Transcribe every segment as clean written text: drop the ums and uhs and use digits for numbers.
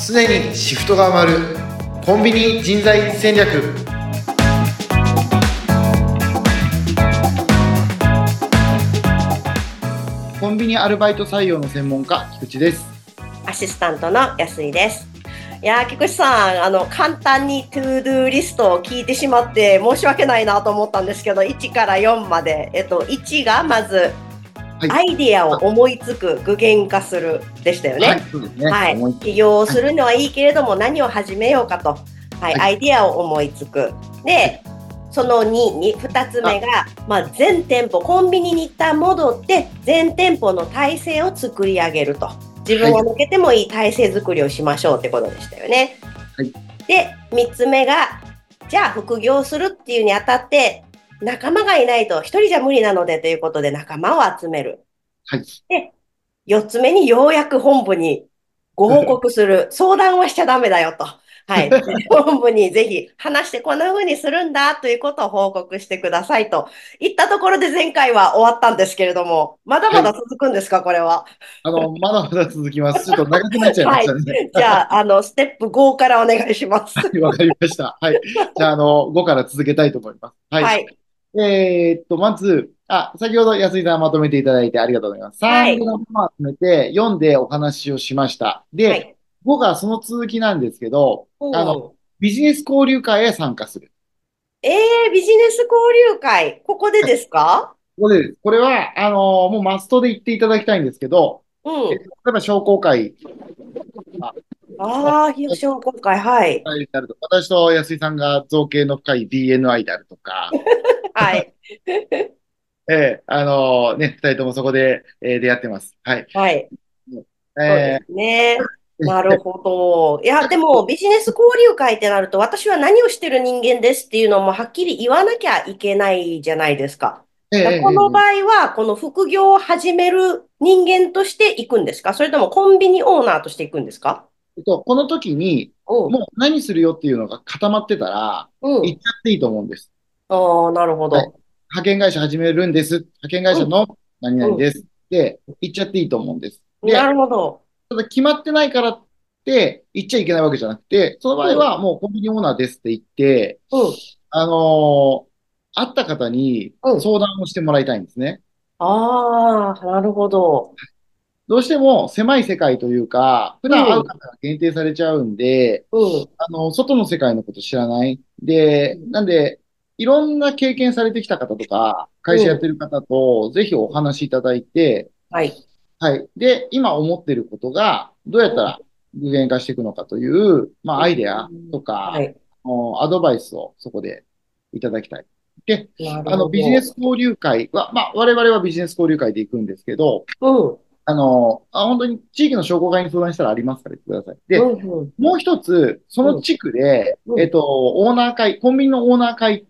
常にシフトが回るコンビニ人材戦略。コンビニアルバイト採用の専門家、菊池です。 アシスタントの安井です。いや菊池さん、簡単にトゥードゥーリストを聞いてしまって申し訳ないなと思ったんですけど、1から4まで、1がまず、アイデアを思いつく、具現化するでしたよね。 はい、そうですね。 はい、起業するのはいいけれども、何を始めようかと、アイデアを思いつく。で、その2つ目が、全店舗、コンビニに一旦戻って、全店舗の体制を作り上げると。自分が抜けてもいい体制作りをしましょうってことでしたよね。 はい、 で、3つ目が、じゃあ副業するっていうにあたって、仲間がいないと一人じゃ無理なのでということで仲間を集める。 はい、 で、4つ目にようやく本部にご報告する。相談はしちゃダメだよと。はい。本部にぜひ話してこんな風にするんだということを報告してくださいといったところで前回は終わったんですけれども、まだまだ続くんですか、これは。 まだまだ続きます。ちょっと長くなっちゃいましたね。 はい。じゃあ、ステップ5からお願いします。 はい、わかりました。はい。じゃあ、5から続けたいと思います。はい。 はい。 まず、先ほど安井さんまとめていただいてありがとうございます。3 はい。 で仲間を集めて、4でお話をしました。で、 はい。 5がその続きなんですけど、 うん。 ビジネス交流会へ参加する。 ビジネス交流会、ここでですか？ これは、もうマストで言っていただきたいんですけど、 うん。 例えば商工会、 冷やし商工会、はい。 私と安井さんが造形の深い BNI であるとか、 はい。 二人ともそこで、出会ってます。はい。 はい。そうでえすね。なーるほど。いや、でも、ビジネス交流会ってなると、私は何をしてる人間ですっていうのもはっきり言わなきゃいけないじゃないですか。 えーだからこの場えー合は、この副業を始める人間として行くんですか？それともコンビニオーナーとして行くんですか？ この時に、 うん。 もう何するよっていうのが固まってたら、 うん。 行っちゃっていいと思うんです。 ああ、なるほはい。 ど。 派遣会社始めるんです。派遣会うん。 社の何々 うです。で、行っちゃっていいと思うんです。 ん。なで、 るほど。 ただ決まってないからって行っちゃいけないわけじゃなくて、その場合うん。 はもうコンビニオーナーですって言って、 うん。 会った方にうん。 相談をしてもらいたいんですね。 ああ、なるほど。 どうしても狭い世界というか、普う段会うん。 方が限定されちゃうんで、 うん。 外の世界のこと知らない。で、なんで、いろんな経験されてきた方とか、会社やっうん。 てる方と、ぜひお話しいただいて、 はい。 はい。で、今思ってることが、どうやったら具現化していくのかという、 うアイデアん。 とか、 はい。 アドバイスをそこでいただきたい。で、 なるほビジネど。 ス交流会は、我々はビジネス交流会で行くんですけど、 うん。 本当に地域の商工会に相談したらありますから言ってください。で、 うん。うん。 もう一つ、そのうん。 地区で、 うん。 オーナー会、コンビニのオーナー会って、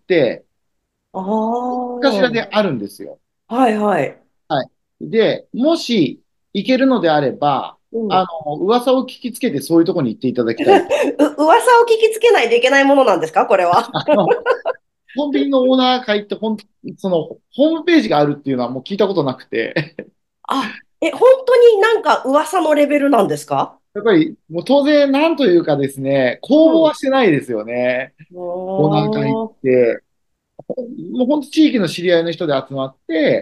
あ何かしらあ。 であるんですよ。 はいはい。 はい。で、もし行けるのであれば、 うん。 噂を聞きつけてそういうところに行っていただきたい。 噂を聞きつけないといけないものなんですか、これは。 あの、コンビニのオーナー会ってその、ホームページがあるっていうのはもう聞いたことなくて、 本当になんか噂のレベルなんですか？ やっぱり、もう当然、なんというかですね、公募うん。 はしてないですよね。オーナー会っおー。 て。もう本当地域の知り合いの人で集まって、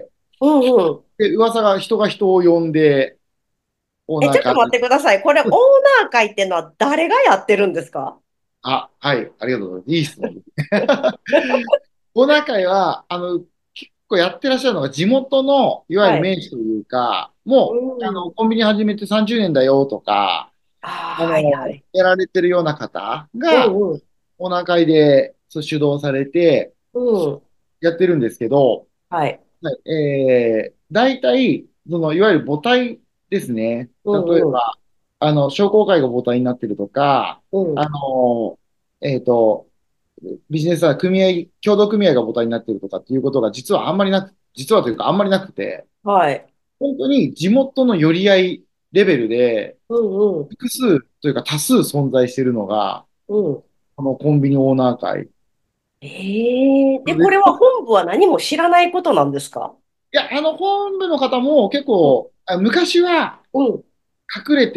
うんうん。 で、人が人を呼んで、オーナー会。 ちょっと待ってください。これ、オーナー会っていうのは誰がやってるんですか？ はい、ありがとうございます。いい質問です。オーナー会は、結構やってらっしゃるのが地元の、いわゆるはい。 名士というか、もう、 うん。 コンビニ始めて30年だよとか、 はいはい。 やられてるような方が、 うんうん。 オーナー会で、主導されて、 うん。 やってるんですけど、 はい。 はい、大体、いわゆる母体ですね。 うんうん。 例えば、商工会が母体になってるとか、 うん。 あの、えっと、ビジネスは協同組合が母体になってるとかっていうことが実はというかあんまりなくて、 はい。 本当に地元の寄り合いレベルで、 うんうん。 複数というか多数存在しているのが、 うん。 このコンビニオーナー会。 で、これは本部は何も知らないことなんですか？ いや、本部の方も結うん。 構、昔はうん。 隠れて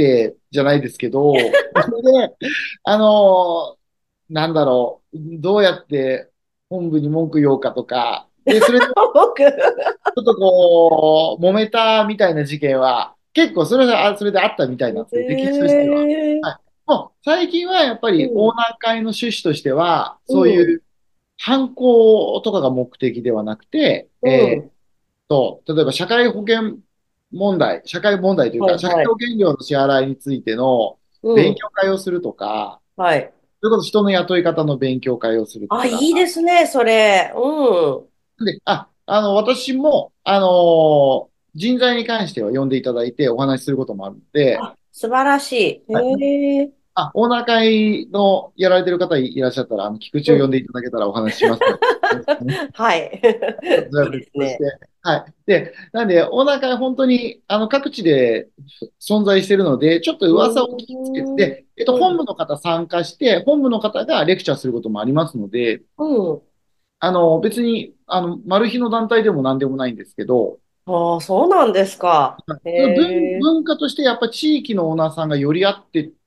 じゃないですけど、それで、あのなんだろう、どうやって本部に文句言おうかとか、で、それでち僕。 ょっとこう、揉めたみたいな事件は、結構それであったみたいなんですよ、歴史としては。はい。もう、最近はやっぱうりオーん、 ナー会の趣旨としては、 うん、 そういう犯行とかが目的ではなくて、 うん。 例えば社会問題というか、社会はいはい。 保険料の支払いについてのうん。 勉強会をするとか、 はい。 それこそ人の雇い方の勉強会をするとあ、 か、 いいですね、それ。うん。 で、私も、人材に関しては呼んでいただいてお話しすることもあるので、 あ、素晴らしい。 はい、 へえ。 オーナー会のやられてる方いらっしゃったら、菊池うん。 を呼んでいただけたらお話ししますので。 はい。 それはいいですね。 別として。はい。で、なんで、オーナー会本当に、各地で存在しているので、ちょっとう噂を聞きつけて、 ーん。 本うん。 部の方参加して、本部の方がレクチャーすることもありますので、 うん。 別に、マル秘の団体でも何でもないんですけど、 ああ、そうなんですか。へえ。 文化としてやっぱ地域のオーナーさんが寄り合ってって、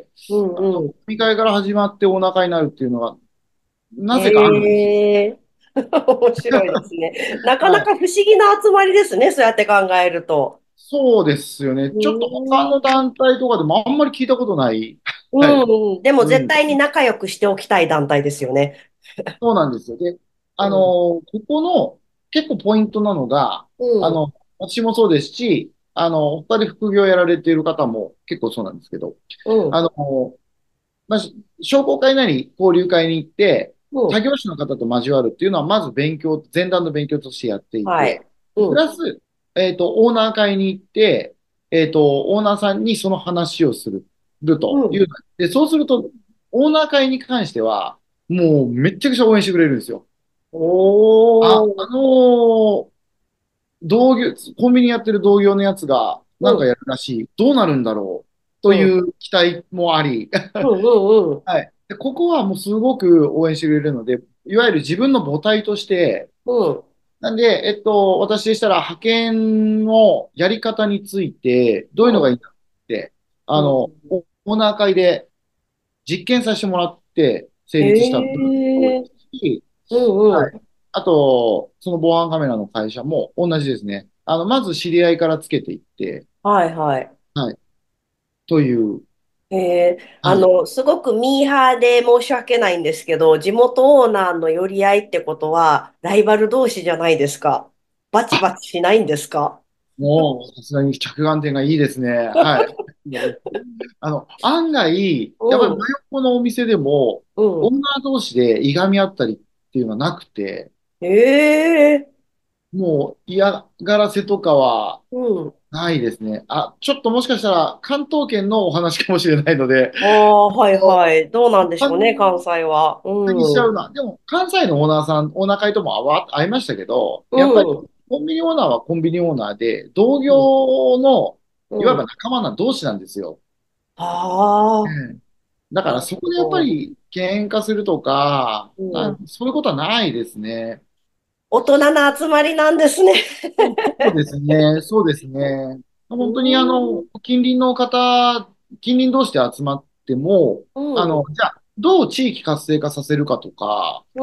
うんうん。 飲み会から始まってオーナー会になるっていうのは、なぜかあるんですよ。 へえ。面白いですね。なかなはい。 か不思議な集まりですね、そうやって考えると。 そうですよね。 うちょっと他のーん。 団体とかでもあんまり聞いたことない。はい。 うん。でもうん。 絶対に仲良くしておきたい団体ですよね。 そうなんですよ。で、 うん。 ここの結構ポイントなのが、 うん。 私もそうですし、他で副業やられている方も結構そうなんですけど、 うん。 あの、商工会なり交流会に行って、 うん。 他業種の方と交わるっていうのは、まず前段の勉強としてやっていはい。 て、 うん。 プラス、オーナー会に行って、オーナーさんにその話をするうん。 という。で、そうすると、オーナー会に関しては、もうめっちゃくちゃ応援してくれるんですよ。 おー。 同業、コンビニやってる同業のやつがなんかうん。 やるらしい。どうなるんだろうとうん。 いう期待もあり、 うんうんうん。 はい。で、ここはもうすごく応援してくれるので、いわゆる自分の母体として、 うん。 なんで、私でしたら派遣のやり方について、どういうのがいいんだって、 うん。 オーナー会で実験させてもらって成へ立した部分が多いでえ。 すし、 うんうん。 はい。あと、その防犯カメラの会社も同じですね。まず知り合いからつけていって、 はいはい。 はい。という、はい。 すごくミーハーで申し訳ないんですけど、地元オーナーの寄り合いってことは、ライバル同士じゃないですか。バチバチしないんですか？ もう、さすがに着眼点がいいですね。はい。案外、 うやっぱり真ん、 横のお店でも、 うん。 オーナー同士でいがみ合ったりっていうのはなくて、 ええ、 もう嫌がらせとかはうん。 ないですね。ちょっともしかしたら関東圏のお話かもしれないので、 ああ、はいはい。どうなんでしょうね、関完西は。 全にしちゃうん、 うな。でも、関西のオーナー会とも会いましたけど、 うやっぱりん、 コンビニオーナーはコンビニオーナーで、同業うん、 の、いわうん。 ば仲間同士なんですよ。 ああ、 うん。だからなるほそこでやっぱど。 り喧嘩するとか、 うん。 そういうことはないですね。 大人な集まりなんですね。 そうですね。そうですね。 う本当にん、 近隣同士で集まっても、 うん、 じゃあ、どう地域活性化させるかとか、 うん。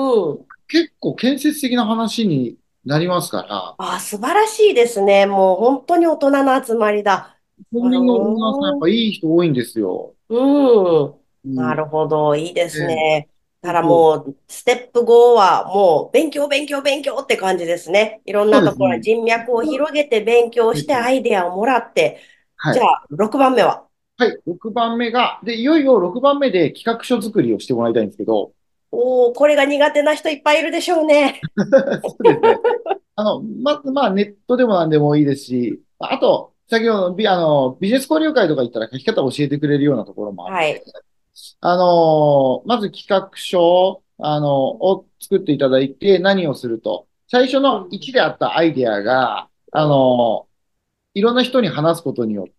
結構建設的な話になりますから、 あ、素晴らしいですね。もう本当に大人の集まりだ。うコンビニのオーナーさんやっーん。 ぱいい人多いんですよ。 うん。 うん。 なるほど。いいですで、 ね。だからそうそう。 もう、ステップ5はもう、勉強、勉強、勉強って感じですね。いろんなところにそうですね。 人脈を広げて勉強してアイデアをもらって。 はい。 じゃあ、6番目は？ はい。6番目が、で、いよいよ6番目で企画書作りをしてもらいたいんですけど、 おー、これが苦手な人いっぱいいるでしょうね。 そうですね。ネットでもなんでもいいですし、あと、先ほどのビジネス交流会とか行ったら書き方を教えてくれるようなところもあるので、 はい。 まず企画書、を作っていただいて何をすると。最初のうん。 1であったアイデアが、 うん。 いろんな人に話すことによって、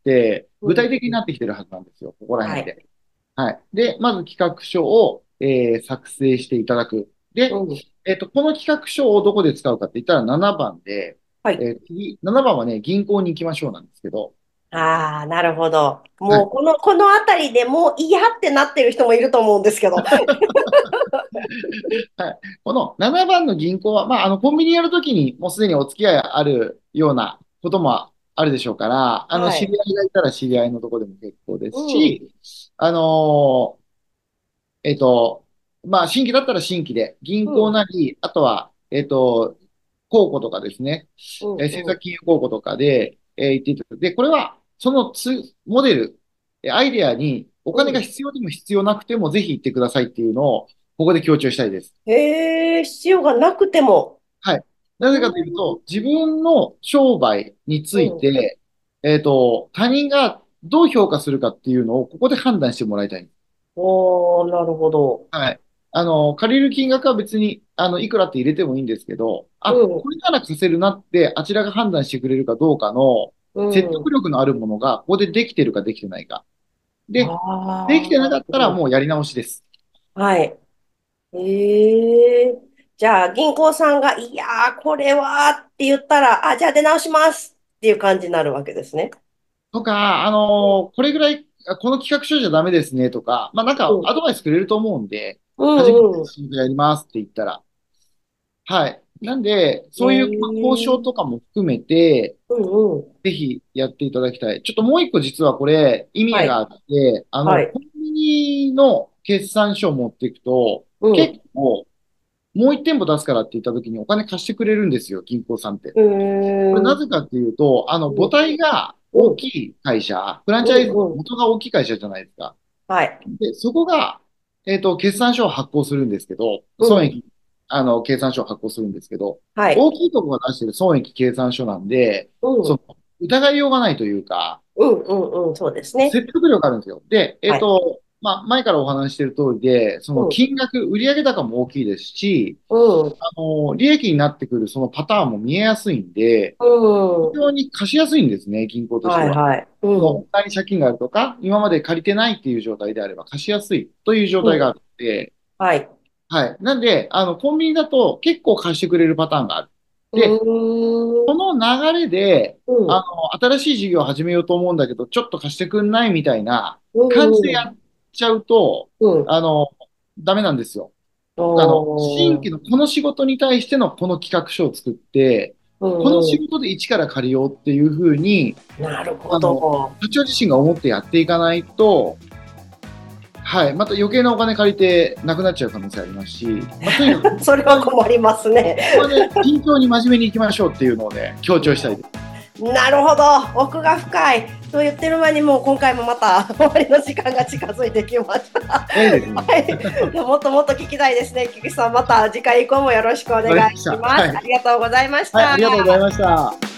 うん。 具体的になってきてるはずなんですよ。ここらはい。 辺で。はい。で、まず企画書を、作成していただく。で、 うん。 この企画書をどこで使うかって言ったら7番で、 はい。 7番はね、銀行に行きましょうなんですけど、 ああ、なるほど。 はい。 もうこのあたりでもう嫌ってなってる人もいると思うんですけど。 はい。この7番の銀行は、まあ、コンビニやるときにもうすでにお付き合いあるようなこともあるでしょうから、知はい。 り合いがいたら知り合いのところでも結構でうすん。 し、あのえっと、まあ、新規だったら新規で、銀行うん。 なり、あとは、公庫とかですね、 うん。 政策うん。 金融公庫とかで、言っていた。で、これは、そのモデル、アイデアにお金がうん。 必要でも必要なくても、ぜひ行ってくださいっていうのを、ここで強調したいです。 へえ、必要がなくても。 はい。 うなぜかというん。 と、自分の商売についうん。 て、他人がどう評価するかっていうのを、ここで判断してもらいたい。 おー、なるほど。 はい。借りる金額は別に、いくらって入れてもいいんですけど、あ、 うん。 これなら貸せるなって、あちらが判断してくれるかどうかのう説ん。 得力のあるものが、ここでできてるかできてないか。で、できああ、 てななるかったらもほど。 うやり直しです。 はい。ええ、じゃあ、銀行さんが、いやー、これはって言ったら、あ、じゃあ出直しますっていう感じになるわけですね。 とか、これぐらい、この企画書じゃダメですねとか、まあなんかうん。 アドバイスくれると思うんで、 う初めてん。うん。 仕事やりますって言ったら。はい。なんで、 えそういう、まあ、交渉とえ、 かも含めて、 うんうん。 ぜひやっていただきたい。ちょっともう一個実はこれ意味はい。 があって、 はい。 コンビニの決算書を持っていくと、 うん。 結構、もう一店舗出すからって言った時にお金貸してくれるんですよ、銀行さんって。 うーこれなん。 ぜかっていうと、母うん。 体がうん。 大きい会社、フランうチャイズのん。うん。 元が大きい会社じゃないですか。 はい。 で、そこが、決算書を発行するんですけど、 うん。 損益、計算書を発行するんですけど、 はい。 大きいところが出してる損益計算書なんで、 うん。 その、疑いようがないというか、 うん。うん。うん。そうですね。 説得力があるんですよ。で、 はい。 まあ、前からお話ししている通りで、そのうん。 金額、売上高も大きいですし、 うん。 利益になってくるそのパターンも見えやすいんで、非うん。 常に貸しやすいんですね、銀行としては。 はいはい。うん。 その、他に借金があるとか、今まで借りてないっていう状態であれば貸しやすいという状態うん。 があるので、 はい。 はい。なんで、コンビニだと結構貸してくれるパターンがある。 うで、 ーん。 この流れで、 うん。 新しい事業を始めようと思うんだけど、ちょっと貸してくんないみたいなうん。うん。 感じでやっちゃうと、 うん。 あの、ダメなんですよ。新おー。 規のこの仕事に対してのこの企画書を作って、このうん。うん。 仕事で一から借りようっていうふうに、 なるほあの、 ど。 社長自身が思ってやっていかないと、はい、また余計なお金借りてなくなっちゃう可能性ありますし、まあ、とにかく、 それは困りますね。 ここはね、慎重に真面目に行きましょうっていうのをね、強調したいです。 なるほど。奥が深い。と言ってる間にもう今回もまた終わりの時間が近づいてきました。 早いですね。 はい。もっともっと聞きたいですね。菊池さん、また次回以降もよろしくお願いわかりました。 します。 はい。 ありがとうございましはい、ありがとうございた。 ました。